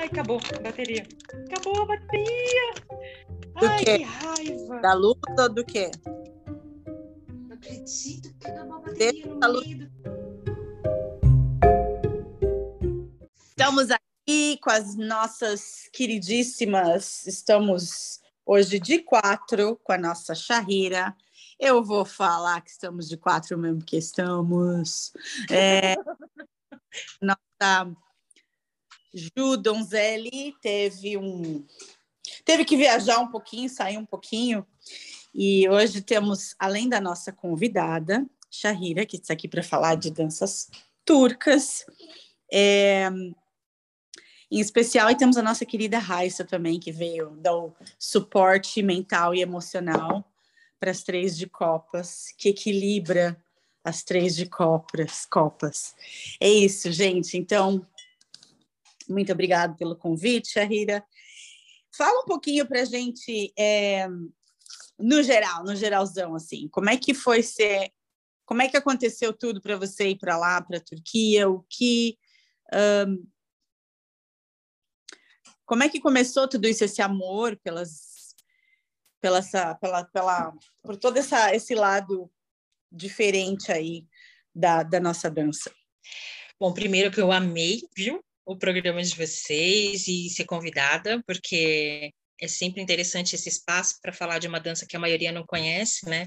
acabou a bateria. Acabou a bateria. Do Ai, quê? que raiva. Da luz ou do quê? Não acredito que acabou a bateria no meio do... Estamos aqui com as nossas queridíssimas. Estamos hoje de 4 com a nossa Shahira. Eu vou falar que estamos de 4 mesmo, porque estamos. Nossa Ju Donzelli teve que viajar um pouquinho, sair um pouquinho. E hoje temos, além da nossa convidada, Shahira, que está aqui para falar de danças turcas. Em especial, e temos a nossa querida Raissa também, que veio dar o suporte mental e emocional para as 3 de copas, que equilibra as 3 de copas. É isso, gente. Então, muito obrigada pelo convite, Shahira. Fala um pouquinho para a gente, no geralzão, assim, como é que foi como é que aconteceu tudo para você ir para lá, para a Turquia, como é que começou tudo isso, esse amor por todo esse lado diferente aí da nossa dança? Bom, primeiro que eu amei, viu, o programa de vocês e ser convidada, porque é sempre interessante esse espaço para falar de uma dança que a maioria não conhece, né?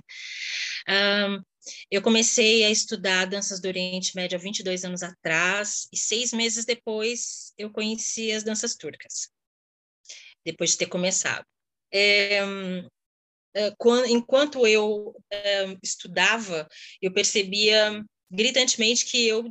Eu comecei a estudar danças do Oriente Médio há 22 anos atrás, e 6 meses depois eu conheci as danças turcas, depois de ter começado. Enquanto eu estudava, eu percebia gritantemente que eu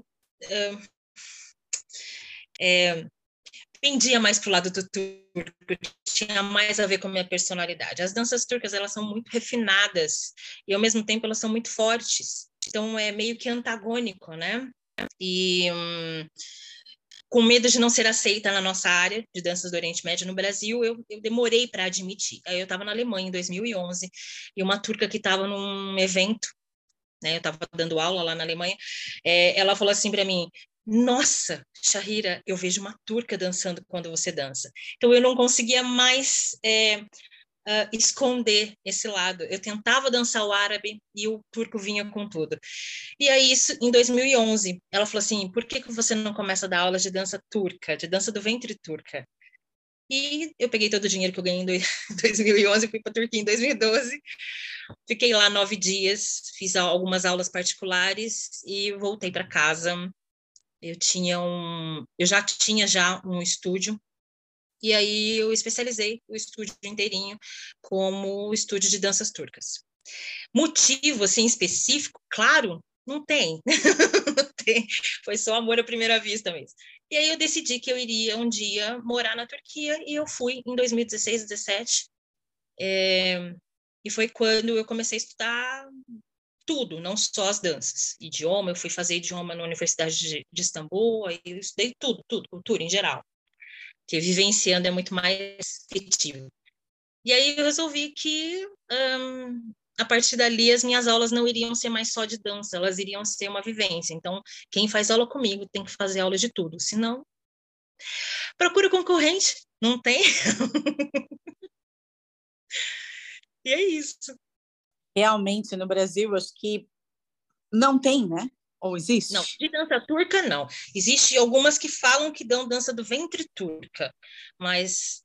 pendia mais para o lado do turco, tinha mais a ver com a minha personalidade. As danças turcas, elas são muito refinadas e, ao mesmo tempo, elas são muito fortes. Então, é meio que antagônico, né? E com medo de não ser aceita na nossa área de danças do Oriente Médio no Brasil, eu demorei para admitir. Aí eu estava na Alemanha em 2011 e uma turca que estava num evento, né? Eu estava dando aula lá na Alemanha, ela falou assim para mim: nossa, Shahira, eu vejo uma turca dançando quando você dança. Então eu não conseguia mais esconder esse lado. Eu tentava dançar o árabe e o turco vinha com tudo. E aí, isso, em 2011, ela falou assim: por que você não começa a dar aulas de dança turca, de dança do ventre turca? E eu peguei todo o dinheiro que eu ganhei em 2011, fui para a Turquia em 2012, fiquei lá 9 dias, fiz algumas aulas particulares e voltei para casa. Eu já tinha um estúdio, e aí eu especializei o estúdio inteirinho como estúdio de danças turcas. Motivo, assim, específico, claro, não tem. Não tem. Foi só amor à primeira vista mesmo. E aí eu decidi que eu iria um dia morar na Turquia, e eu fui em 2016, 2017. E foi quando eu comecei a estudar tudo, não só as danças. Idioma, eu fui fazer idioma na Universidade de Istambul, aí eu estudei tudo, cultura em geral. Porque vivenciando é muito mais efetivo. E aí eu resolvi que, a partir dali, as minhas aulas não iriam ser mais só de dança, elas iriam ser uma vivência. Então, quem faz aula comigo tem que fazer aula de tudo, senão procura concorrente, não tem? E é isso. Realmente, no Brasil, acho que não tem, né? Ou existe? Não, de dança turca, não. Existe algumas que falam que dão dança do ventre turca, mas...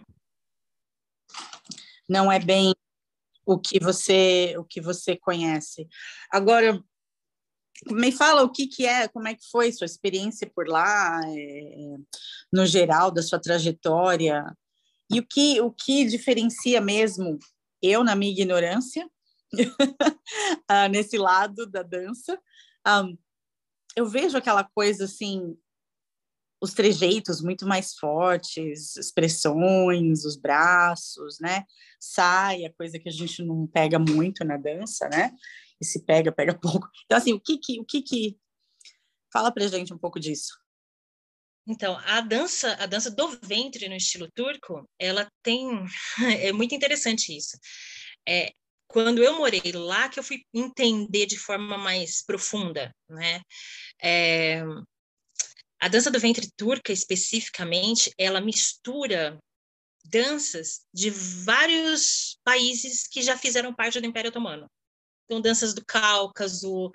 Não é bem o que você conhece. Agora, me fala o que é, como é que foi sua experiência por lá, no geral, da sua trajetória, e o que diferencia mesmo eu, na minha ignorância, nesse lado da dança. Eu vejo aquela coisa assim, os trejeitos muito mais fortes, expressões, os braços, né? Saia, coisa que a gente não pega muito na dança, né? E se pega, pega pouco. Então, assim, o que fala pra gente um pouco disso. Então, a dança do ventre no estilo turco, ela tem... É muito interessante isso. Quando eu morei lá, que eu fui entender de forma mais profunda, né? A dança do ventre turca, especificamente, ela mistura danças de vários países que já fizeram parte do Império Otomano. Então, danças do Cáucaso,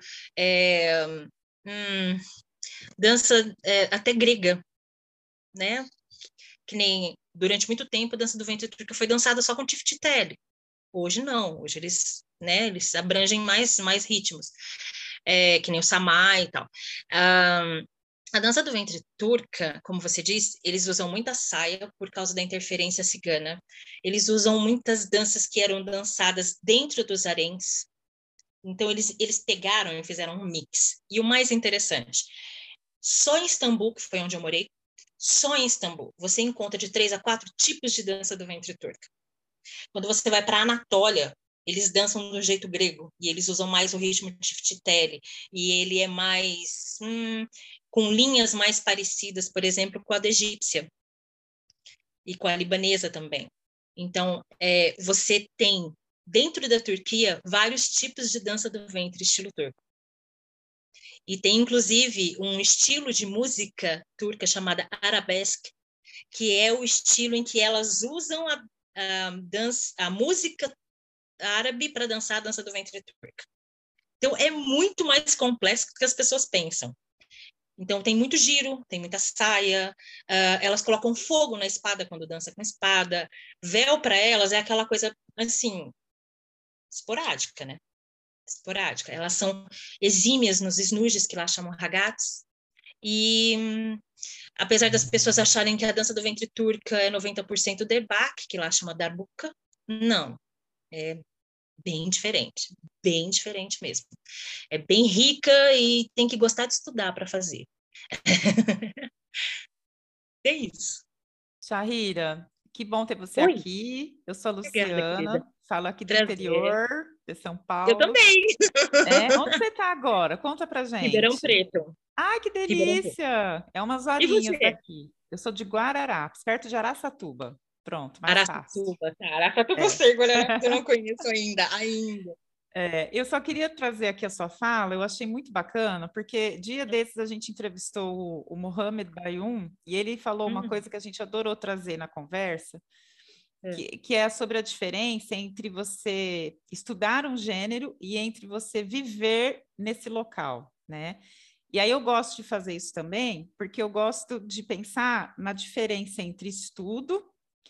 dança até grega, né? Que nem durante muito tempo a dança do ventre turca foi dançada só com tiftitele. Hoje não, hoje eles, né, eles abrangem mais ritmos, que nem o samai e tal. A dança do ventre turca, como você diz, eles usam muita saia por causa da interferência cigana. Eles usam muitas danças que eram dançadas dentro dos haréns. Então, eles pegaram e fizeram um mix. E o mais interessante, só em Istambul, que foi onde eu morei, só em Istambul, você encontra de 3 a 4 tipos de dança do ventre turca. Quando você vai para a Anatólia, eles dançam do jeito grego, e eles usam mais o ritmo de tiftitele, e ele é mais... com linhas mais parecidas, por exemplo, com a da egípcia, e com a libanesa também. Então, você tem, dentro da Turquia, vários tipos de dança do ventre, estilo turco. E tem, inclusive, um estilo de música turca chamada arabesque, que é o estilo em que elas usam a música árabe para dançar a dança do ventre turca. Então, é muito mais complexo do que as pessoas pensam. Então, tem muito giro, tem muita saia, elas colocam fogo na espada quando dança com espada. Véu para elas é aquela coisa, assim, esporádica, né? Esporádica. Elas são exímias nos snujis, que lá chamam ragats, e apesar das pessoas acharem que a dança do ventre turca é 90% derbak, que lá chama darbuka, não, é bem diferente mesmo. É bem rica e tem que gostar de estudar para fazer. É isso. Shahira, que bom ter você Oi. aqui. Eu sou a Obrigada, querida. Luciana, falo aqui do Prazer. interior de São Eu Paulo. também. Onde você está agora? Conta pra Ribeirão gente. Preto. Ai, que Ribeirão Preto. delícia! É umas E horinhas você? daqui. Eu sou de Guararapes, perto de Araçatuba. Pronto, mais fácil. Araçatuba, tá. Araçatuba eu É. sei, Guararapes eu não conheço ainda. Eu só queria trazer aqui a sua fala, eu achei muito bacana, porque dia desses a gente entrevistou o Mohamed Bayoum e ele falou uma coisa que a gente adorou trazer na conversa, que é sobre a diferença entre você estudar um gênero e entre você viver nesse local, né? E aí eu gosto de fazer isso também, porque eu gosto de pensar na diferença entre estudo,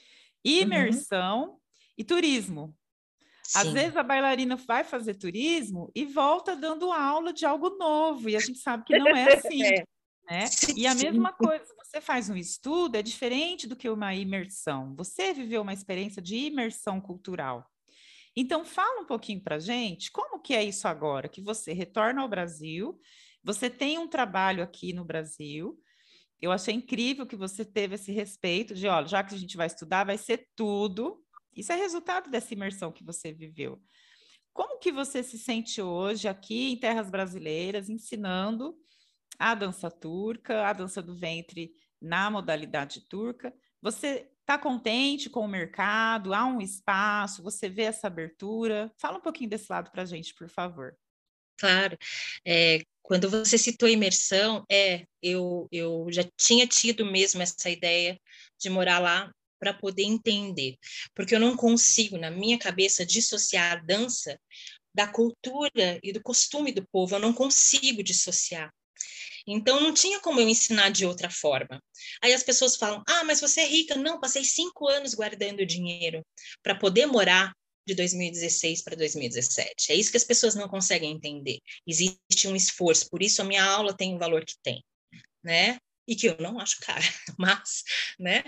imersão e turismo. Às Sim. vezes a bailarina vai fazer turismo e volta dando aula de algo novo, e a gente sabe que não é assim, né? E a mesma coisa, você faz um estudo, é diferente do que uma imersão. Você viveu uma experiência de imersão cultural. Então, fala um pouquinho para a gente, como que é isso agora, que você retorna ao Brasil, você tem um trabalho aqui no Brasil. Eu achei incrível que você teve esse respeito de, olha, já que a gente vai estudar, vai ser tudo. Isso é resultado dessa imersão que você viveu. Como que você se sente hoje aqui em terras brasileiras, ensinando a dança turca, a dança do ventre na modalidade turca? Você está contente com o mercado? Há um espaço? Você vê essa abertura? Fala um pouquinho desse lado para a gente, por favor. Claro. Quando você citou imersão, eu já tinha tido mesmo essa ideia de morar lá para poder entender, porque eu não consigo, na minha cabeça, dissociar a dança da cultura e do costume do povo, eu não consigo dissociar. Então, não tinha como eu ensinar de outra forma. Aí as pessoas falam, mas você é rica. Não, passei 5 anos guardando dinheiro para poder morar de 2016 para 2017. É isso que as pessoas não conseguem entender. Existe um esforço, por isso a minha aula tem o valor que tem, né? E que eu não acho cara, mas, né?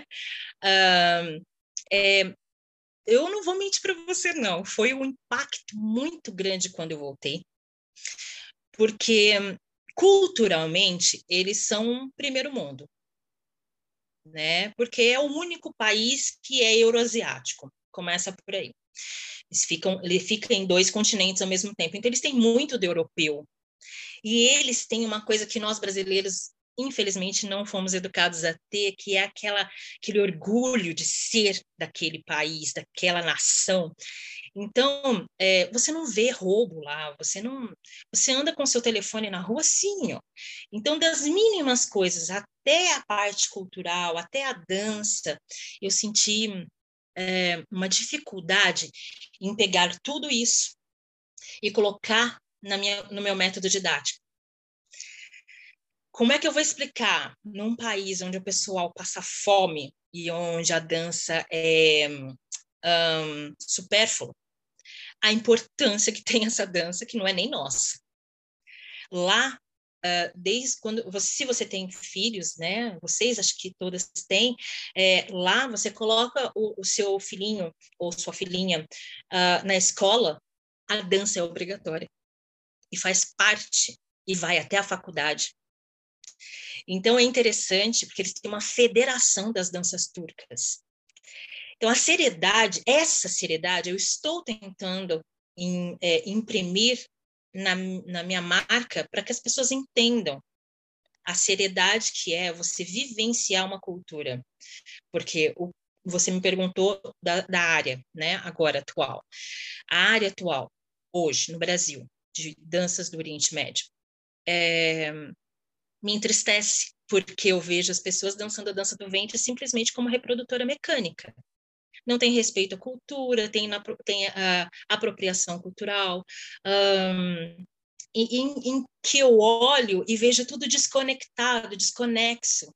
Eu não vou mentir para você, não. Foi um impacto muito grande quando eu voltei, porque culturalmente eles são um primeiro mundo, né? Porque é o único país que é euroasiático. Começa por aí. Ele fica em 2 continentes ao mesmo tempo. Então, eles têm muito do europeu. E eles têm uma coisa que nós brasileiros infelizmente, não fomos educados a ter, que é aquele orgulho de ser daquele país, daquela nação. Então, você não vê roubo lá, você anda com seu telefone na rua, sim, ó. Então, das mínimas coisas até a parte cultural, até a dança, eu senti uma dificuldade em pegar tudo isso e colocar no meu método didático. Como é que eu vou explicar num país onde o pessoal passa fome e onde a dança é supérflua, a importância que tem essa dança, que não é nem nossa. Lá, desde quando se você tem filhos, né? Vocês acho que todas têm. Lá você coloca o seu filhinho ou sua filhinha na escola, a dança é obrigatória e faz parte e vai até a faculdade. Então é interessante porque eles têm uma federação das danças turcas. Então essa seriedade, eu estou tentando imprimir na minha marca para que as pessoas entendam a seriedade que é você vivenciar uma cultura. Porque você me perguntou da área, né, agora atual. A área atual, hoje, no Brasil, de danças do Oriente Médio, me entristece, porque eu vejo as pessoas dançando a dança do ventre simplesmente como reprodutora mecânica. Não tem respeito à cultura, tem a apropriação cultural, em que eu olho e vejo tudo desconectado, desconexo.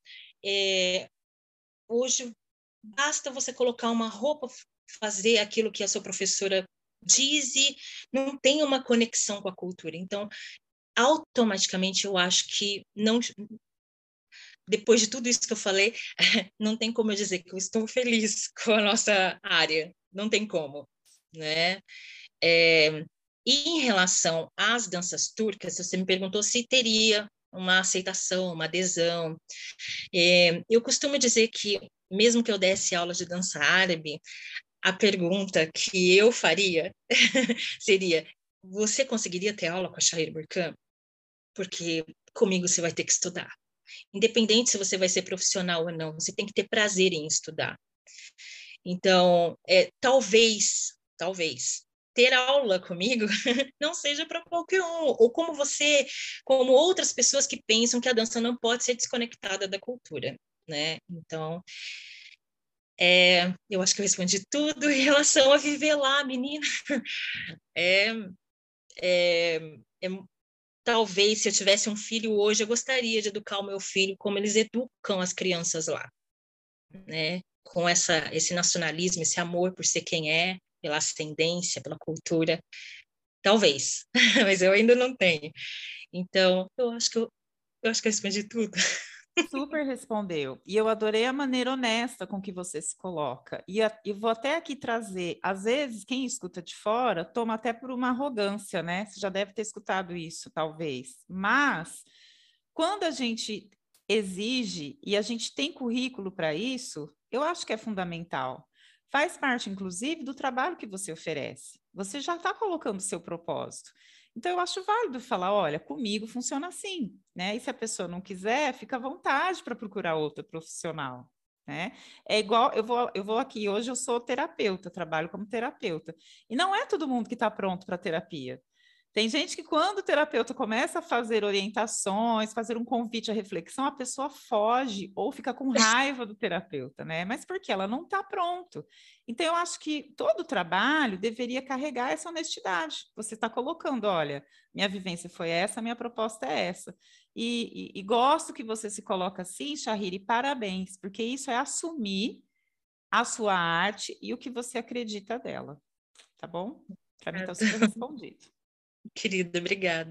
Hoje, basta você colocar uma roupa, fazer aquilo que a sua professora diz e não tem uma conexão com a cultura. Então, automaticamente, eu acho que não... Depois de tudo isso que eu falei, não tem como eu dizer que eu estou feliz com a nossa área. Não tem como, né? E em relação às danças turcas, você me perguntou se teria uma aceitação, uma adesão. Eu costumo dizer que, mesmo que eu desse aula de dança árabe, a pergunta que eu faria seria: você conseguiria ter aula com a Shahir Burkan? Porque comigo você vai ter que estudar. Independente se você vai ser profissional ou não, você tem que ter prazer em estudar. Então, talvez, ter aula comigo não seja para qualquer um, ou como outras pessoas que pensam que a dança não pode ser desconectada da cultura, né? Então, eu acho que eu respondi tudo em relação a viver lá, menina. Talvez, se eu tivesse um filho hoje, eu gostaria de educar o meu filho como eles educam as crianças lá, né? Com esse nacionalismo, esse amor por ser quem é, pela ascendência, pela cultura. Talvez, mas eu ainda não tenho. Então, eu acho que eu respondi tudo. Super respondeu. E eu adorei a maneira honesta com que você se coloca. E eu vou até aqui trazer, às vezes, quem escuta de fora toma até por uma arrogância, né? Você já deve ter escutado isso, talvez. Mas, quando a gente exige e a gente tem currículo para isso, eu acho que é fundamental. Faz parte, inclusive, do trabalho que você oferece. Você já está colocando o seu propósito. Então, eu acho válido falar, olha, comigo funciona assim, né? E se a pessoa não quiser, fica à vontade para procurar outra profissional, né? É igual, eu vou aqui, hoje eu sou terapeuta, trabalho como terapeuta. E não é todo mundo que está pronto para terapia. Tem gente que, quando o terapeuta começa a fazer orientações, fazer um convite à reflexão, a pessoa foge ou fica com raiva do terapeuta, né? Mas porque ela não está pronto. Então, eu acho que todo trabalho deveria carregar essa honestidade. Você está colocando, olha, minha vivência foi essa, minha proposta é essa. E gosto que você se coloca assim, Shahir, parabéns, porque isso é assumir a sua arte e o que você acredita dela, tá bom? Para mim está super respondido. Querida, obrigada.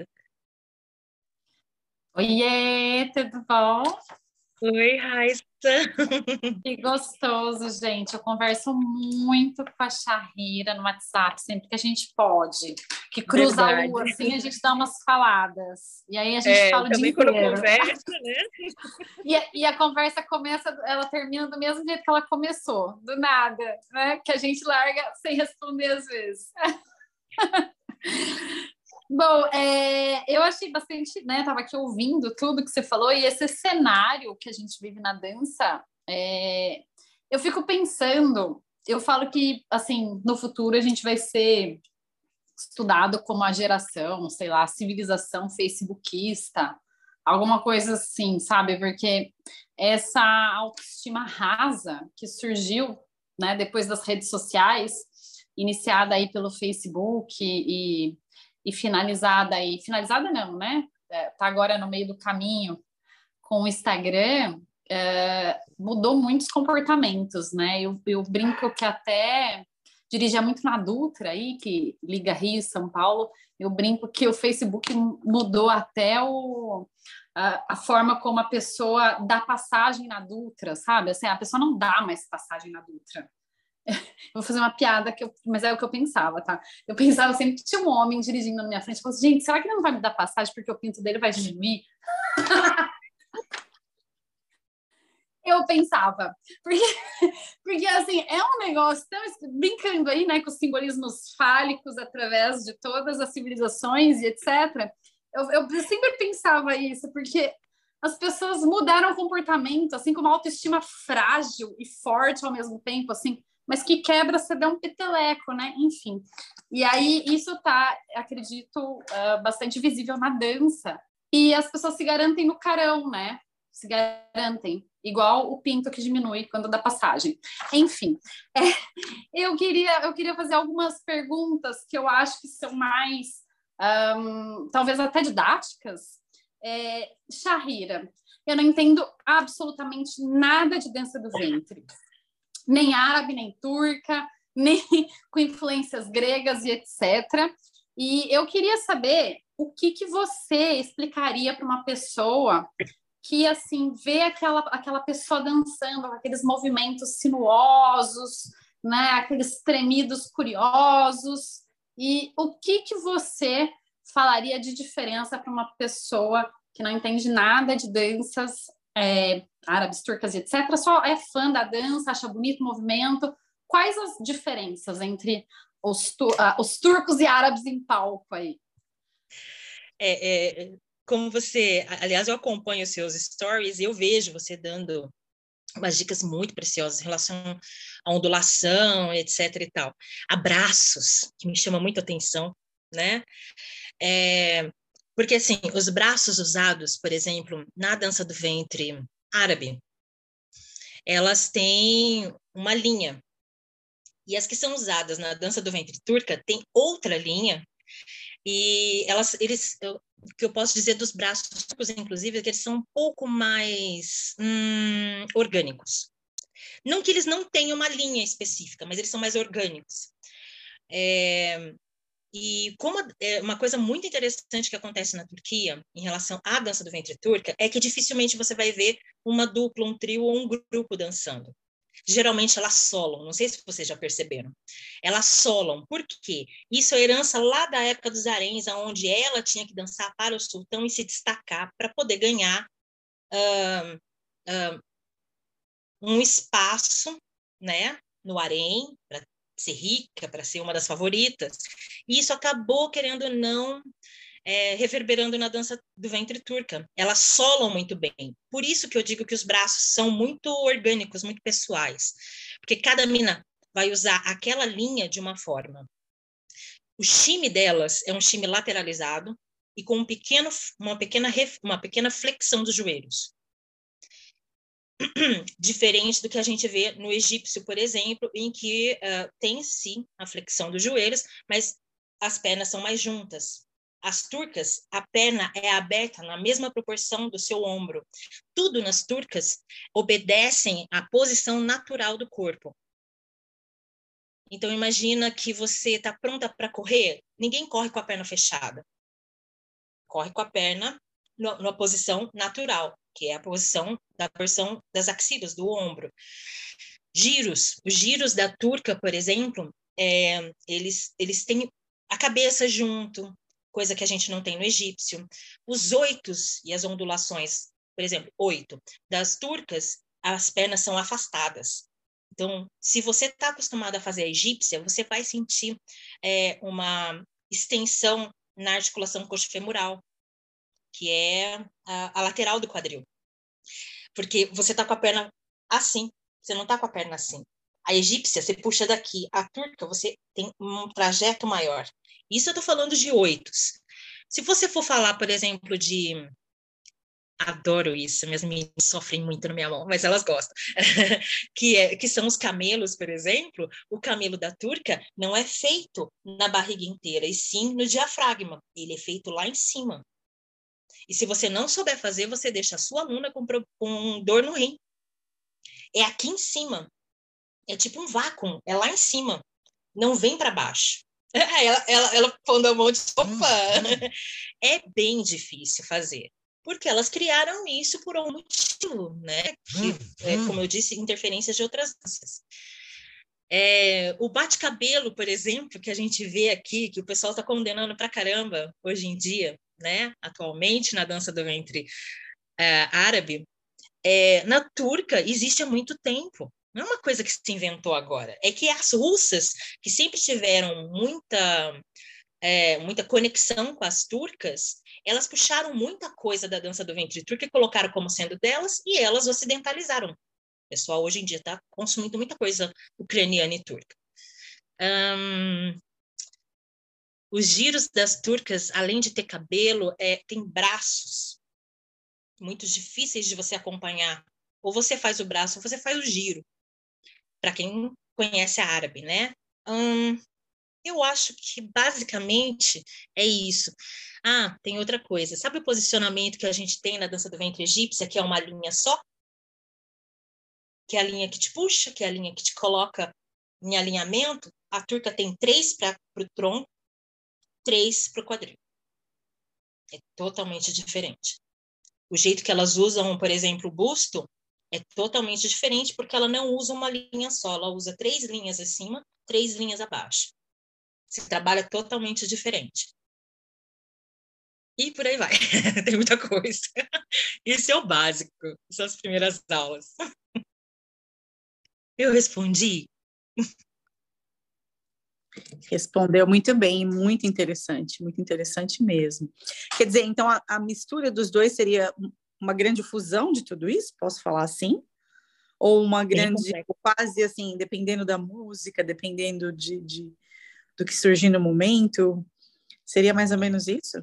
Oiê, tudo bom? Oi, Raíssa. Que gostoso, gente. Eu converso muito com a Shahira no WhatsApp, sempre que a gente pode. Que cruza a lua, assim, a gente dá umas faladas. E aí a gente fala o dia inteiro. Também quando conversa, né? E a conversa começa, ela termina do mesmo jeito que ela começou, do nada, né? Que a gente larga sem responder às vezes. Bom, eu achei bastante, né? Tava aqui ouvindo tudo que você falou e esse cenário que a gente vive na dança, eu fico pensando, eu falo que, assim, no futuro a gente vai ser estudado como a geração, sei lá, a civilização facebookista, alguma coisa assim, sabe? Porque essa autoestima rasa que surgiu, né, depois das redes sociais, iniciada aí pelo Facebook e finalizada não, né? Tá agora no meio do caminho com o Instagram, mudou muitos comportamentos, né? Eu brinco que até dirigia muito na Dutra aí, que liga Rio e São Paulo, eu brinco que o Facebook mudou até a forma como a pessoa dá passagem na Dutra, sabe? Assim, a pessoa não dá mais passagem na Dutra. Eu vou fazer uma piada, mas é o que eu pensava, tá? Eu pensava sempre que tinha um homem dirigindo na minha frente, eu falava assim, gente, será que ele não vai me dar passagem porque o pinto dele vai diminuir? Eu pensava, porque assim, é um negócio tão brincando aí, né, com os simbolismos fálicos através de todas as civilizações e etc. Eu sempre pensava isso, porque as pessoas mudaram o comportamento, assim como a autoestima frágil e forte ao mesmo tempo, assim, mas que quebra você dá um peteleco, né? Enfim. E aí isso tá, acredito, bastante visível na dança. E as pessoas se garantem no carão, né? Se garantem, igual o pinto que diminui quando dá passagem. Enfim, eu queria fazer algumas perguntas que eu acho que são mais, talvez até didáticas. Shahira, eu não entendo absolutamente nada de dança do ventre, nem árabe, nem turca, nem com influências gregas e etc. E eu queria saber o que você explicaria para uma pessoa que, assim, vê aquela pessoa dançando, aqueles movimentos sinuosos, né, aqueles tremidos curiosos, e o que você falaria de diferença para uma pessoa que não entende nada de danças árabes, turcas e etc., só é fã da dança, acha bonito o movimento? Quais as diferenças entre os turcos e árabes em palco aí? Como você... Aliás, eu acompanho os seus stories e eu vejo você dando umas dicas muito preciosas em relação à ondulação, etc. e tal. Abraços, que me chama muito a atenção, né? Porque, assim, os braços usados, por exemplo, na dança do ventre árabe, elas têm uma linha. E as que são usadas na dança do ventre turca têm outra linha. E o que eu posso dizer dos braços turcos, inclusive, é que eles são um pouco mais orgânicos. Não que eles não tenham uma linha específica, mas eles são mais orgânicos. E como uma coisa muito interessante que acontece na Turquia, em relação à dança do ventre turca, é que dificilmente você vai ver uma dupla, um trio ou um grupo dançando. Geralmente elas solam, não sei se vocês já perceberam. Elas solam, por quê? Isso é herança lá da época dos haréns, onde ela tinha que dançar para o sultão e se destacar para poder ganhar um espaço, né, no harém, para ser rica, para ser uma das favoritas. E isso acabou, querendo ou não, reverberando na dança do ventre turca. Elas solam muito bem. Por isso que eu digo que os braços são muito orgânicos, muito pessoais. Porque cada mina vai usar aquela linha de uma forma. O shime delas é um shime lateralizado e com uma pequena flexão dos joelhos. Diferente do que a gente vê no egípcio, por exemplo, em que tem sim a flexão dos joelhos, mas as pernas são mais juntas. As turcas, a perna é aberta na mesma proporção do seu ombro. Tudo nas turcas obedecem à posição natural do corpo. Então, imagina que você está pronta para correr, ninguém corre com a perna fechada. Corre com a perna numa posição natural, que é a posição da porção das axilas, do ombro. Giros. Os giros da turca, por exemplo, eles têm a cabeça junto, coisa que a gente não tem no egípcio. Os oitos e as ondulações, por exemplo, 8 das turcas, as pernas são afastadas. Então, se você está acostumado a fazer a egípcia, você vai sentir uma extensão na articulação coxofemoral, que é a lateral do quadril. Porque você está com a perna assim, você não está com a perna assim. A egípcia, você puxa daqui. A turca, você tem um trajeto maior. Isso eu estou falando de oitos. Se você for falar, por exemplo, de... Adoro isso, minhas meninas sofrem muito na minha mão, mas elas gostam. que são os camelos, por exemplo. O camelo da turca não é feito na barriga inteira, e sim no diafragma. Ele é feito lá em cima. E se você não souber fazer, você deixa a sua aluna com dor no rim. É aqui em cima. É tipo um vácuo, é lá em cima. Não vem para baixo. Ela pondo a mão de opa! É bem difícil fazer. Porque elas criaram isso por um motivo, né? Que, como eu disse, interferências de outras danças. O bate-cabelo, por exemplo, que a gente vê aqui, que o pessoal está condenando pra caramba hoje em dia, né? Atualmente, na dança do ventre árabe, na turca existe há muito tempo. Não é uma coisa que se inventou agora. É que as russas, que sempre tiveram muita conexão com as turcas, elas puxaram muita coisa da dança do ventre turca e colocaram como sendo delas, e elas ocidentalizaram. O pessoal hoje em dia está consumindo muita coisa ucraniana e turca. Os giros das turcas, além de ter cabelo, tem braços muito difíceis de você acompanhar. Ou você faz o braço, ou você faz o giro. Para quem conhece a árabe, né? Eu acho que basicamente é isso. Tem outra coisa. Sabe o posicionamento que a gente tem na dança do ventre egípcia, que é uma linha só? Que é a linha que te puxa, que é a linha que te coloca em alinhamento. A turca tem 3 para o tronco, 3 para o quadril. É totalmente diferente. O jeito que elas usam, por exemplo, o busto, é totalmente diferente, porque ela não usa uma linha só, ela usa 3 linhas acima, 3 linhas abaixo. Se trabalha totalmente diferente. E por aí vai. Tem muita coisa. Isso é o básico. São as primeiras aulas. Eu respondi? Respondeu muito bem, muito interessante mesmo. Quer dizer, então a mistura dos dois seria uma grande fusão de tudo isso? Posso falar assim? Ou uma grande, quase assim, dependendo da música, dependendo do que surgir no momento? Seria mais ou menos isso?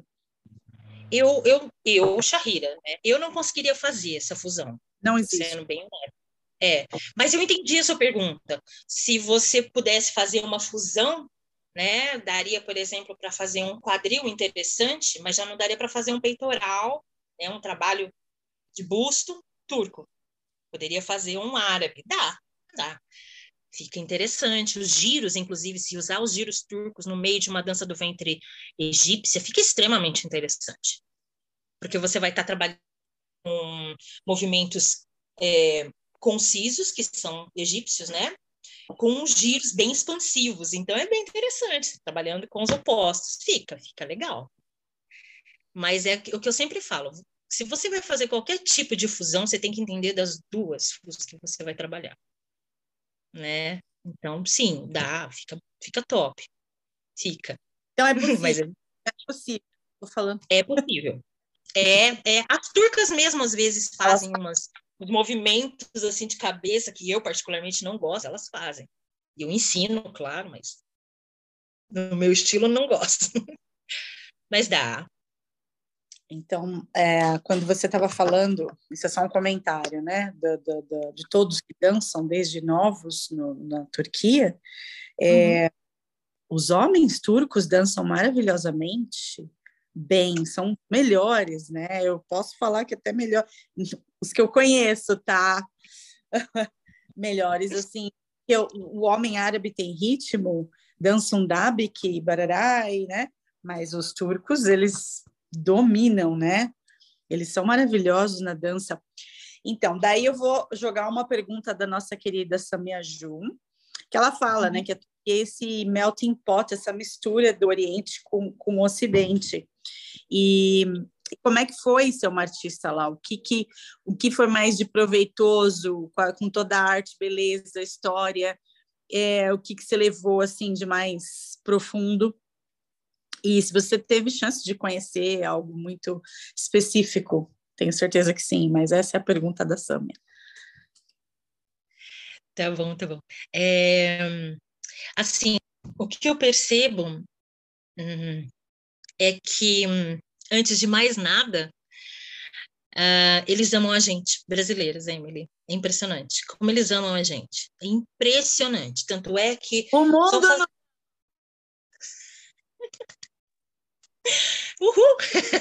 Shahira, né? Eu não conseguiria fazer essa fusão. Não existe. Sendo bem honesto. Mas eu entendi a sua pergunta. Se você pudesse fazer uma fusão, né, daria, por exemplo, para fazer um quadril interessante, mas já não daria para fazer um peitoral, né, um trabalho de busto turco. Poderia fazer um árabe. Dá. Fica interessante. Os giros, inclusive, se usar os giros turcos no meio de uma dança do ventre egípcia, fica extremamente interessante. Porque você vai estar trabalhando com movimentos concisos, que são egípcios, né? Com giros bem expansivos. Então, é bem interessante, trabalhando com os opostos. Fica legal. Mas é o que eu sempre falo. Se você vai fazer qualquer tipo de fusão, você tem que entender das duas fusões que você vai trabalhar. Né? Então, sim, dá, fica top. Fica. Então, é possível. Mas é possível. Tô falando. É possível. As turcas mesmo, às vezes, fazem uns movimentos assim de cabeça que eu, particularmente, não gosto, elas fazem. Eu ensino, claro, mas no meu estilo, não gosto. Mas dá. Então, quando você estava falando, isso é só um comentário, né, de todos que dançam desde novos na Turquia, os homens turcos dançam maravilhosamente bem, são melhores, né? Eu posso falar que até melhor, os que eu conheço, tá? Melhores, assim, o homem árabe tem ritmo, dança um dabik, bararai, né? Mas os turcos, eles dominam, né? Eles são maravilhosos na dança. Então, daí eu vou jogar uma pergunta da nossa querida Samia Jun, que ela fala, né, que é esse melting pot, essa mistura do Oriente com o Ocidente. E como é que foi ser uma artista lá? O que foi mais de proveitoso com toda a arte, beleza, história? O que você levou assim de mais profundo? E se você teve chance de conhecer algo muito específico, tenho certeza que sim, mas essa é a pergunta da Sâmia. Tá bom, tá bom. Assim, o que eu percebo é que, antes de mais nada, eles amam a gente, brasileiros, Emily. É impressionante. Como eles amam a gente. É impressionante. Tanto é que... O mundo não... Uhul!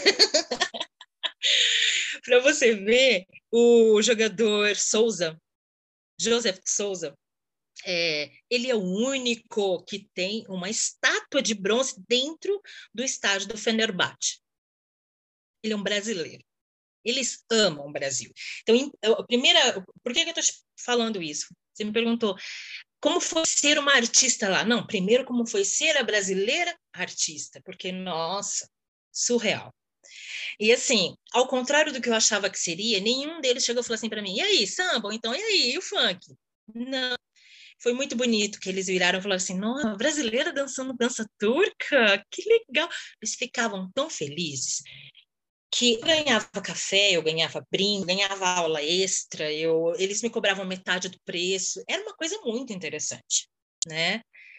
Para você ver, o jogador Souza, Joseph Souza, ele é o único que tem uma estátua de bronze dentro do estádio do Fenerbahçe. Ele é um brasileiro. Eles amam o Brasil. Então, por que eu estou falando isso? Você me perguntou, como foi ser uma artista lá? Não, primeiro, como foi ser a brasileira artista, porque, nossa, surreal. E assim, ao contrário do que eu achava que seria, nenhum deles chegou e falou assim para mim, e aí, samba? Então, e aí, e o funk? Não. Foi muito bonito que eles viraram e falaram assim, nossa, brasileira dançando dança turca? Que legal! Eles ficavam tão felizes que eu ganhava café, eu ganhava brinde, ganhava aula extra, eles me cobravam metade do preço. Era uma coisa muito interessante, né?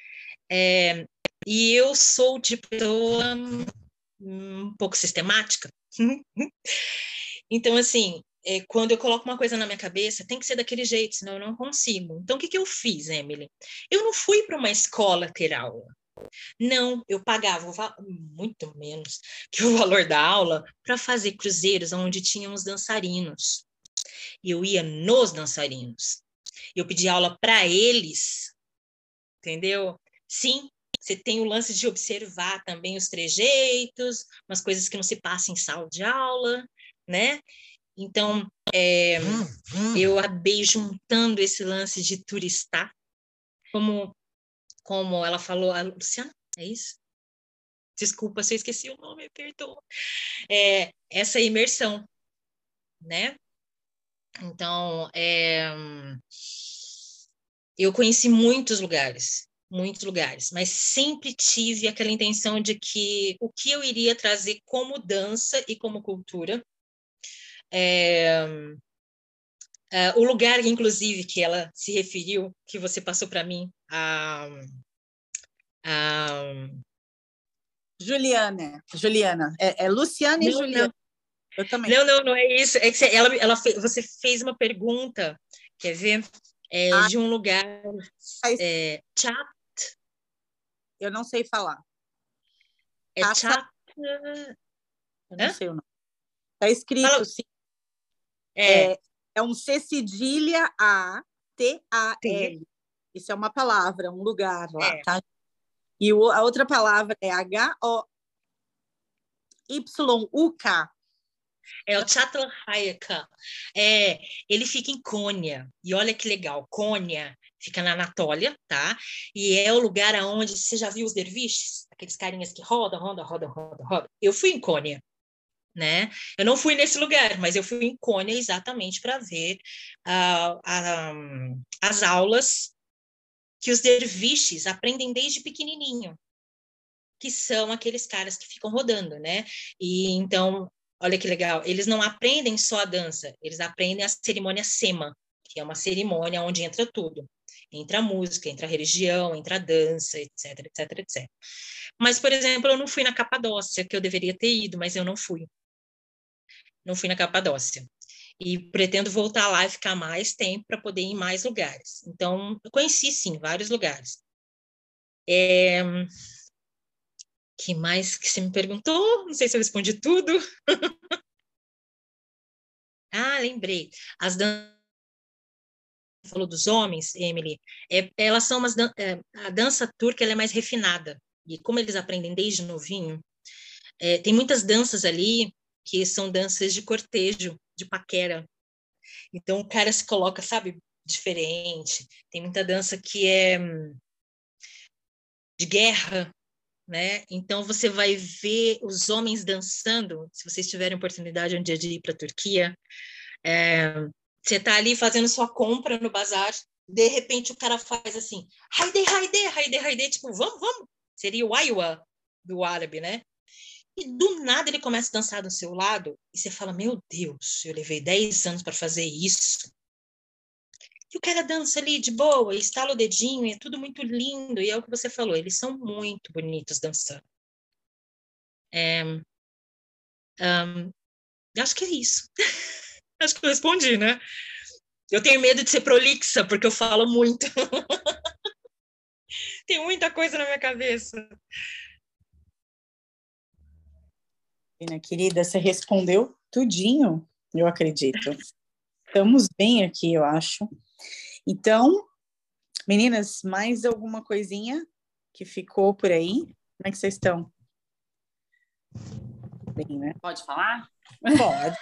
E eu sou de pessoa um pouco sistemática. Então, assim, quando eu coloco uma coisa na minha cabeça, tem que ser daquele jeito, senão eu não consigo. Então, o que eu fiz, Emily? Eu não fui para uma escola ter aula. Não, eu pagava muito menos que o valor da aula para fazer cruzeiros onde tinham os dançarinos. E eu ia nos dançarinos. Eu pedi aula para eles, entendeu? Sim, você tem o lance de observar também os trejeitos, umas coisas que não se passam em sala de aula, né? Então, eu acabei juntando esse lance de turistar, como ela falou, a Luciana, é isso? Desculpa se eu esqueci o nome, perdoa. Essa imersão, né? Então, eu conheci muitos lugares, mas sempre tive aquela intenção de que o que eu iria trazer como dança e como cultura, o lugar, inclusive, que ela se referiu, que você passou para mim, Juliana, é Luciana e Juliana. Eu também. Não é isso. É que você fez uma pergunta, quer ver? De um lugar. Chat. Eu não sei falar. Chat. Eu não sei o nome. Está escrito, sim. É um C cedilha A T-A-L. Isso é uma palavra, um lugar lá, tá? E a outra palavra é H-O-Y-U-K. É o Chatel Hayek. Ele fica em Cônia. E olha que legal, Cônia fica na Anatólia, tá? E é o lugar onde você já viu os derviches? Aqueles carinhas que rodam. Eu fui em Cônia, né? Eu não fui nesse lugar, mas eu fui em Cônia exatamente para ver as aulas que os derviches aprendem desde pequenininho, que são aqueles caras que ficam rodando, né? E então, olha que legal, eles não aprendem só a dança, eles aprendem a cerimônia Sema, que é uma cerimônia onde entra tudo. Entra a música, entra a religião, entra a dança, etc, etc, etc. Mas, por exemplo, eu não fui na Capadócia, que eu deveria ter ido, mas eu não fui. Não fui na Capadócia. E pretendo voltar lá e ficar mais tempo para poder ir em mais lugares. Então, eu conheci, sim, vários lugares. Que mais que você me perguntou? Não sei se eu respondi tudo. Lembrei. As danças falou dos homens, Emily, elas são a dança turca ela é mais refinada. E como eles aprendem desde novinho, tem muitas danças ali que são danças de cortejo, de paquera. Então o cara se coloca, sabe, diferente. Tem muita dança que é de guerra, né? Então você vai ver os homens dançando. Se vocês tiverem oportunidade um dia de ir para a Turquia, você está ali fazendo sua compra no bazar, de repente o cara faz assim, haide, haide, haide, haide, tipo, vamos. Seria o Aiwa, do árabe, né? E do nada ele começa a dançar do seu lado e você fala, meu Deus, eu levei 10 anos para fazer isso. E o cara dança ali de boa, estala o dedinho, e é tudo muito lindo. E é o que você falou, eles são muito bonitos dançando. Acho que é isso. Acho que eu respondi, né? Eu tenho medo de ser prolixa, porque eu falo muito. Tem muita coisa na minha cabeça. Minha querida, você respondeu tudinho, eu acredito. Estamos bem aqui, eu acho. Então, meninas, mais alguma coisinha que ficou por aí? Como é que vocês estão? Bem, né? Pode falar? Pode.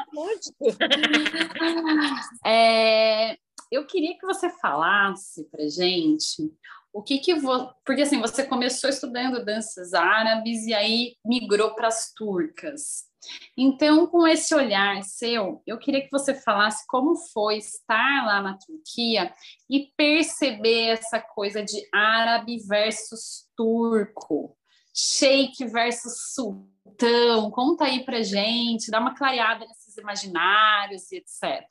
Eu queria que você falasse pra gente o que porque assim, você começou estudando danças árabes e aí migrou para as turcas. Então, com esse olhar seu, eu queria que você falasse como foi estar lá na Turquia e perceber essa coisa de árabe versus turco, sheik versus sultão. Conta aí pra gente, dá uma clareada nesses imaginários e etc.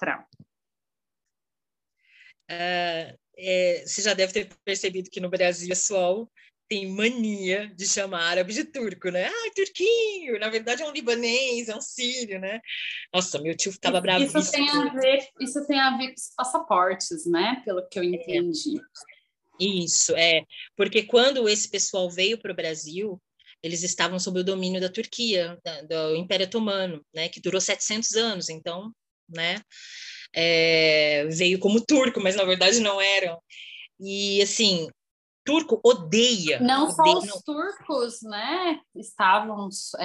Você já deve ter percebido que no Brasil, pessoal tem mania de chamar árabe de turco, né? Ah, turquinho! Na verdade é um libanês, é um sírio, né? Nossa, meu tio ficava bravíssimo. Isso tem a ver com os passaportes, né? Pelo que eu entendi. Isso, porque quando esse pessoal veio para o Brasil, eles estavam sob o domínio da Turquia, do Império Otomano, né? Que durou 700 anos, então, né? Veio como turco, mas na verdade não eram. E, assim, turco odeia. Não odeia, só os turcos, né, estavam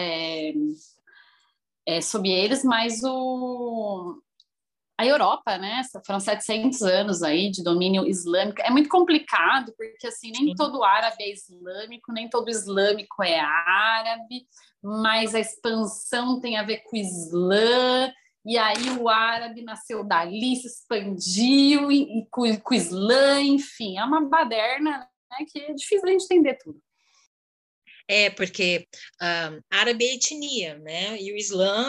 sob eles, mas a Europa, né, foram 700 anos aí de domínio islâmico. É muito complicado, porque assim, nem todo árabe é islâmico, nem todo islâmico é árabe, mas a expansão tem a ver com o Islã, e aí o árabe nasceu dali, se expandiu e com o Islã, enfim, é uma baderna, né, que é difícil a gente entender tudo. Porque árabe é etnia, né? E o Islã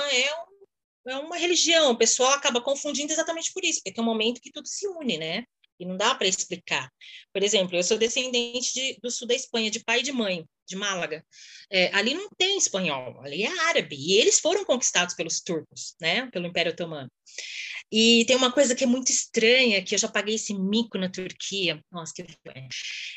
é uma religião. O pessoal acaba confundindo exatamente por isso, porque é um momento que tudo se une, né? E não dá para explicar. Por exemplo, eu sou descendente do sul da Espanha, de pai e de mãe, de Málaga. Ali não tem espanhol, ali é árabe. E eles foram conquistados pelos turcos, né? Pelo Império Otomano. E tem uma coisa que é muito estranha, que eu já paguei esse mico na Turquia. Nossa, que vergonha.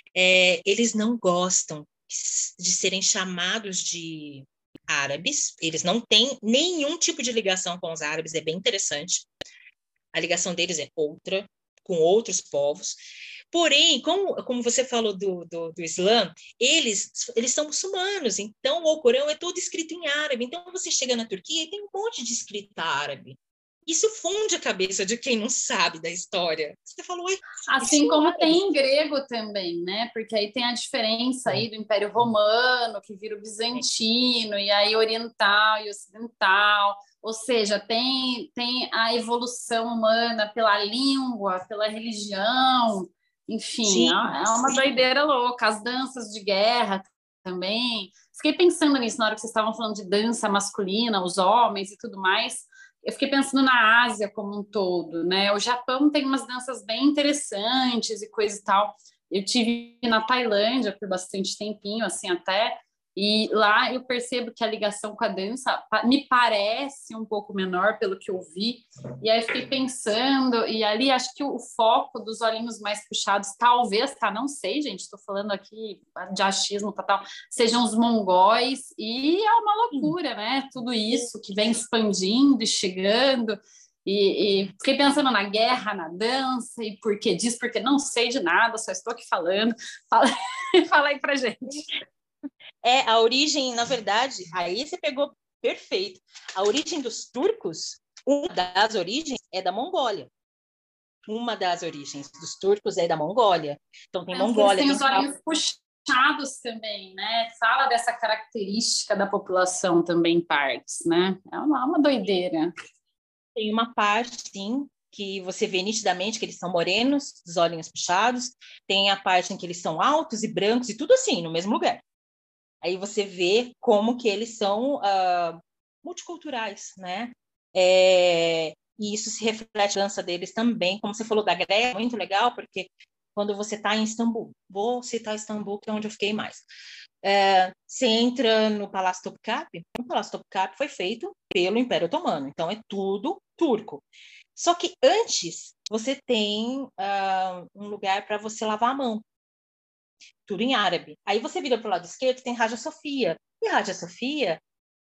Eles não gostam de serem chamados de árabes, eles não têm nenhum tipo de ligação com os árabes, é bem interessante. A ligação deles é outra, com outros povos. Porém, como você falou do Islã, eles são muçulmanos, então o Alcorão é todo escrito em árabe. Então você chega na Turquia e tem um monte de escrita árabe. Isso funde a cabeça de quem não sabe da história. Você falou, assim como tem em grego também, né? Porque aí tem a diferença aí do Império Romano, que vira o bizantino, e aí oriental e ocidental. Ou seja, tem a evolução humana pela língua, pela religião, enfim, sim, é uma doideira louca. As danças de guerra também. Fiquei pensando nisso na hora que vocês estavam falando de dança masculina, os homens e tudo mais. Eu fiquei pensando na Ásia como um todo, né? O Japão tem umas danças bem interessantes e coisa e tal. Eu tive na Tailândia por bastante tempinho, assim, até, e lá eu percebo que a ligação com a dança me parece um pouco menor pelo que eu vi, e aí eu fiquei pensando, e ali acho que o foco dos olhinhos mais puxados, talvez, não sei, gente, estou falando aqui de achismo, sejam os mongóis, e é uma loucura, né? Tudo isso que vem expandindo e chegando, e fiquei pensando na guerra, na dança, e por que disso, porque não sei de nada, só estou aqui falando. Fala aí pra gente. A origem, na verdade, aí você pegou perfeito. A origem dos turcos, uma das origens é da Mongólia. Uma das origens dos turcos é da Mongólia. Então tem Mongólia. Eles têm os olhos puxados também, né? Fala dessa característica da população também em partes, né? É uma doideira. Tem uma parte, sim, que você vê nitidamente que eles são morenos, dos olhinhos puxados. Tem a parte em que eles são altos e brancos e tudo assim, no mesmo lugar. Aí você vê como que eles são multiculturais, né? E isso se reflete na dança deles também, como você falou da Grécia, é muito legal, porque quando você está em Istambul, vou citar Istambul, que é onde eu fiquei mais, você entra no Palácio Topkapi, o Palácio Topkapi foi feito pelo Império Otomano, então é tudo turco. Só que antes, você tem um lugar para você lavar a mão, tudo em árabe. Aí você vira para o lado esquerdo, tem Hagia Sofia. E Hagia Sofia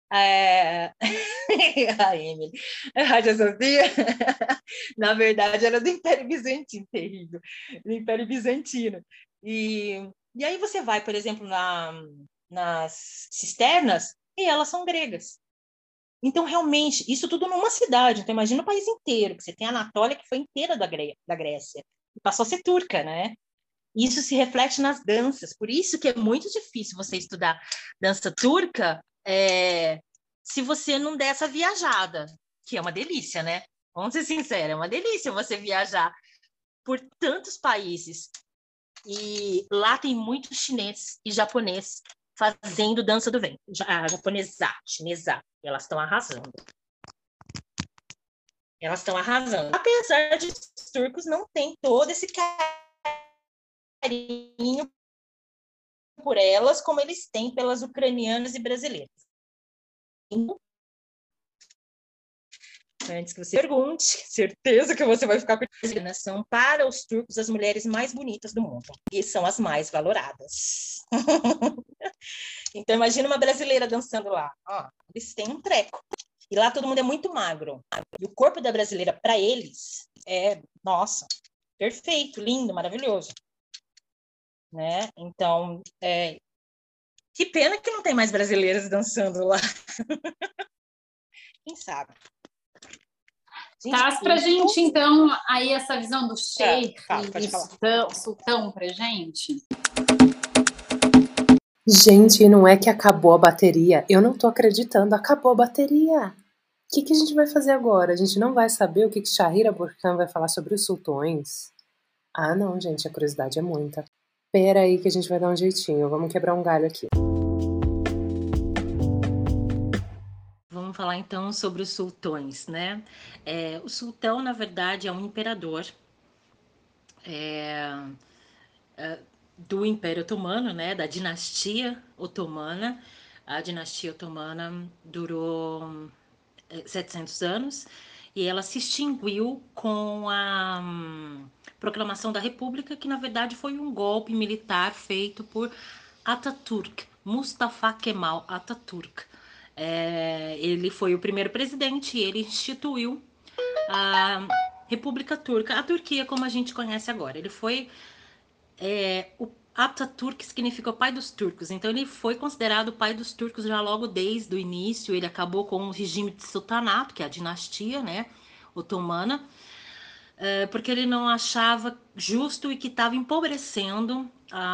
a Emily. A Hagia Sofia, na verdade, era do Império Bizantino, terrível, do Império Bizantino. E aí você vai, por exemplo, nas cisternas, e elas são gregas. Então, realmente, isso tudo numa cidade. Então, imagina o país inteiro, que você tem a Anatólia, que foi inteira da Grécia, e passou a ser turca, né? Isso se reflete nas danças. Por isso que é muito difícil você estudar dança turca se você não der essa viajada, que é uma delícia, né? Vamos ser sinceros, é uma delícia você viajar por tantos países. E lá tem muitos chineses e japoneses fazendo dança do ventre. Japonesá, chinesá. Elas estão arrasando. Elas estão arrasando. Apesar de os turcos não terem todo esse carinho por elas, como eles têm pelas ucranianas e brasileiras. Antes que você pergunte, certeza que você vai ficar com a são para os turcos as mulheres mais bonitas do mundo e são as mais valoradas. Então imagina uma brasileira dançando lá, eles têm um treco. E lá todo mundo é muito magro. E o corpo da brasileira para eles nossa, perfeito, lindo, maravilhoso. Né? Então, que pena que não tem mais brasileiras dançando lá. Quem sabe? Traz pra gente, então, aí essa visão do sheik e sultão pra gente. Gente, não é que acabou a bateria. Eu não tô acreditando, acabou a bateria. O que a gente vai fazer agora? A gente não vai saber o que Shahira Burkhan vai falar sobre os sultões? Ah, não, gente, a curiosidade é muita. Pera aí que a gente vai dar um jeitinho. Vamos quebrar um galho aqui. Vamos falar então sobre os sultões, né? O sultão, na verdade, é um imperador do Império Otomano, né? Da dinastia otomana. A dinastia otomana durou 700 anos e ela se extinguiu com a proclamação da República, que na verdade foi um golpe militar feito por Atatürk, Mustafa Kemal Atatürk. Ele foi o primeiro presidente e ele instituiu a República Turca, a Turquia como a gente conhece agora. Ele foi o Atatürk significa o pai dos turcos, então ele foi considerado o pai dos turcos já logo desde o início. Ele acabou com o regime de sultanato, que é a dinastia, né, otomana, porque ele não achava justo e que estava empobrecendo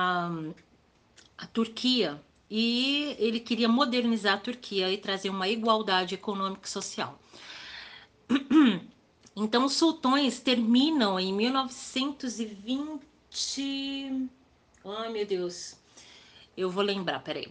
a Turquia, e ele queria modernizar a Turquia e trazer uma igualdade econômica e social. Então os sultões terminam em 1920... Ai, meu Deus. Eu vou lembrar, peraí.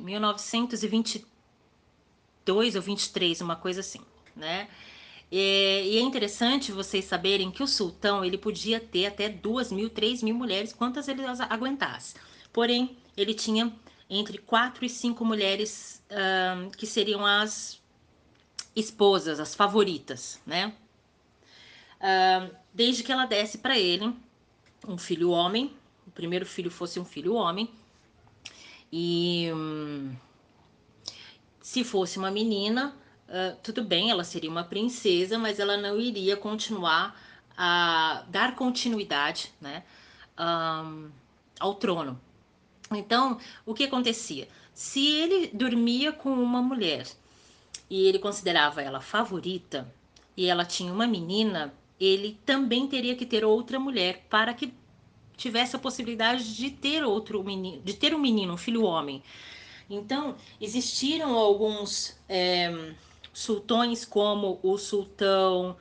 1922 ou 23, uma coisa assim, né? E é interessante vocês saberem que o sultão, ele podia ter até 2.000, 3.000 mulheres, quantas ele aguentasse. Porém, ele tinha entre 4 e 5 mulheres que seriam as esposas, as favoritas, né? Desde que ela desse para ele um filho homem, o primeiro filho fosse um filho homem, e se fosse uma menina, tudo bem, ela seria uma princesa, mas ela não iria continuar a dar continuidade, né, ao trono. Então, o que acontecia? Se ele dormia com uma mulher e ele considerava ela favorita e ela tinha uma menina, ele também teria que ter outra mulher para que tivesse a possibilidade de ter outro menino, de ter um menino, um filho homem. Então, existiram alguns sultões, como o sultão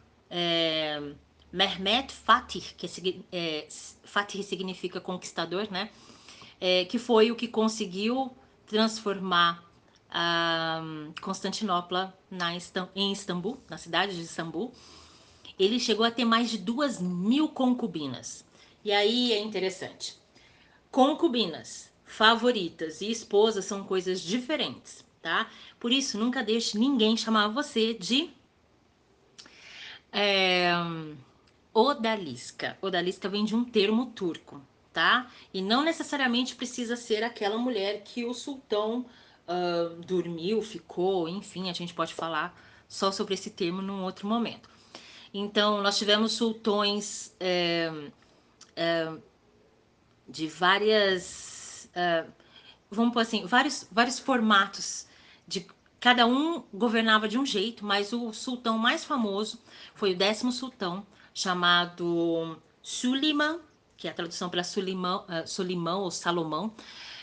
Mehmet Fatih, que Fatih significa conquistador, né? Que foi o que conseguiu transformar Constantinopla em Istambul, na cidade de Istambul. Ele chegou a ter mais de 2.000 concubinas. E aí é interessante. Concubinas, favoritas e esposas são coisas diferentes, tá? Por isso, nunca deixe ninguém chamar você de odalisca. Odalisca vem de um termo turco, tá? E não necessariamente precisa ser aquela mulher que o sultão dormiu, ficou, enfim, a gente pode falar só sobre esse termo num outro momento. Então, nós tivemos sultões de várias, vamos pôr assim, vários formatos, de cada um governava de um jeito, mas o sultão mais famoso foi o 10º sultão, chamado Suleiman, que é a tradução para Solimão ou Salomão.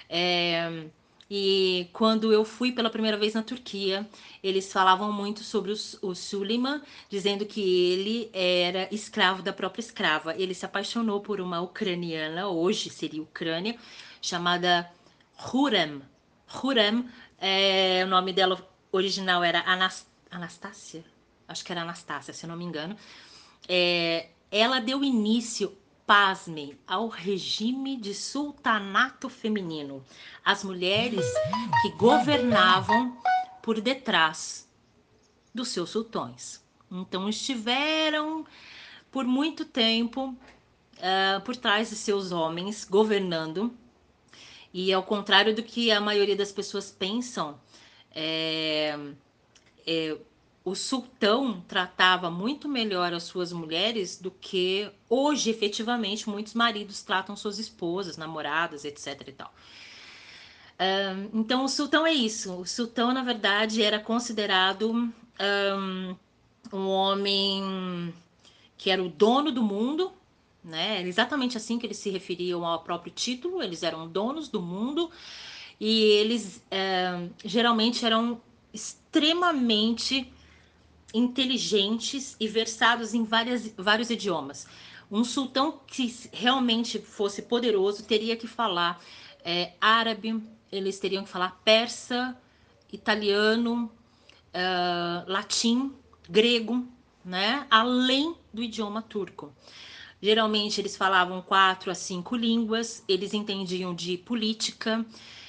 E quando eu fui pela primeira vez na Turquia, eles falavam muito sobre o Suleiman, dizendo que ele era escravo da própria escrava. Ele se apaixonou por uma ucraniana, hoje seria Ucrânia, chamada Hurrem. Hurrem, o nome dela original era Anastácia? Acho que era Anastácia, se eu não me engano. Ela deu início, pasmem, ao regime de sultanato feminino. As mulheres que governavam por detrás dos seus sultões. Então estiveram por muito tempo por trás de seus homens, governando. E ao contrário do que a maioria das pessoas pensam, o sultão tratava muito melhor as suas mulheres do que hoje, efetivamente, muitos maridos tratam suas esposas, namoradas, etc. e tal. Então, o sultão é isso. O sultão, na verdade, era considerado um homem que era o dono do mundo, né? Era exatamente assim que eles se referiam ao próprio título. Eles eram donos do mundo e eles geralmente eram extremamente inteligentes e versados em vários idiomas. Um sultão que realmente fosse poderoso teria que falar árabe, eles teriam que falar persa, italiano, latim, grego, né? Além do idioma turco. Geralmente eles falavam 4 a 5 línguas, eles entendiam de política,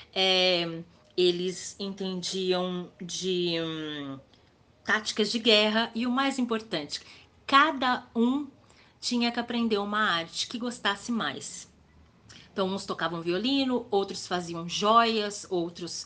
eles entendiam de táticas de guerra e o mais importante, cada um tinha que aprender uma arte que gostasse mais. Então, uns tocavam violino, outros faziam joias, outros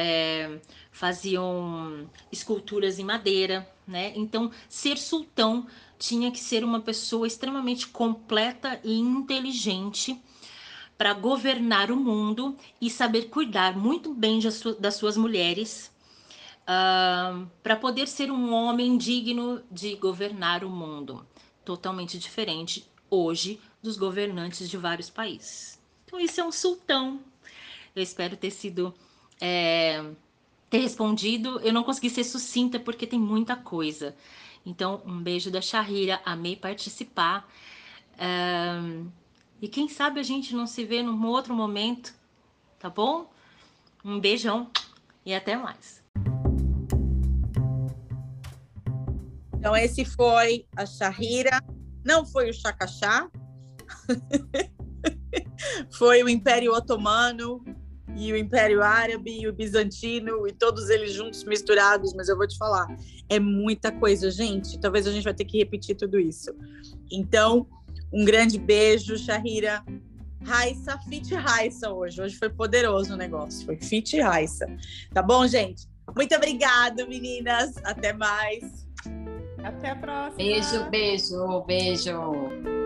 faziam esculturas em madeira, né? Então, ser sultão tinha que ser uma pessoa extremamente completa e inteligente para governar o mundo e saber cuidar muito bem das suas mulheres, para poder ser um homem digno de governar o mundo. Totalmente diferente hoje dos governantes de vários países. Então, isso é um sultão. Eu espero ter sido ter respondido. Eu não consegui ser sucinta porque tem muita coisa. Então, um beijo da Shahira. Amei participar. E quem sabe a gente não se vê num outro momento, tá bom? Um beijão e até mais. Então, esse foi a Shahira, não foi o Chakaxá, foi o Império Otomano e o Império Árabe e o Bizantino e todos eles juntos misturados, mas eu vou te falar, é muita coisa, gente, talvez a gente vai ter que repetir tudo isso. Então, um grande beijo, Shahira. Raissa, fit Raissa hoje foi poderoso o negócio, foi fit Raissa. Tá bom, gente? Muito obrigada, meninas, até mais. Até a próxima. Beijo, beijo, beijo.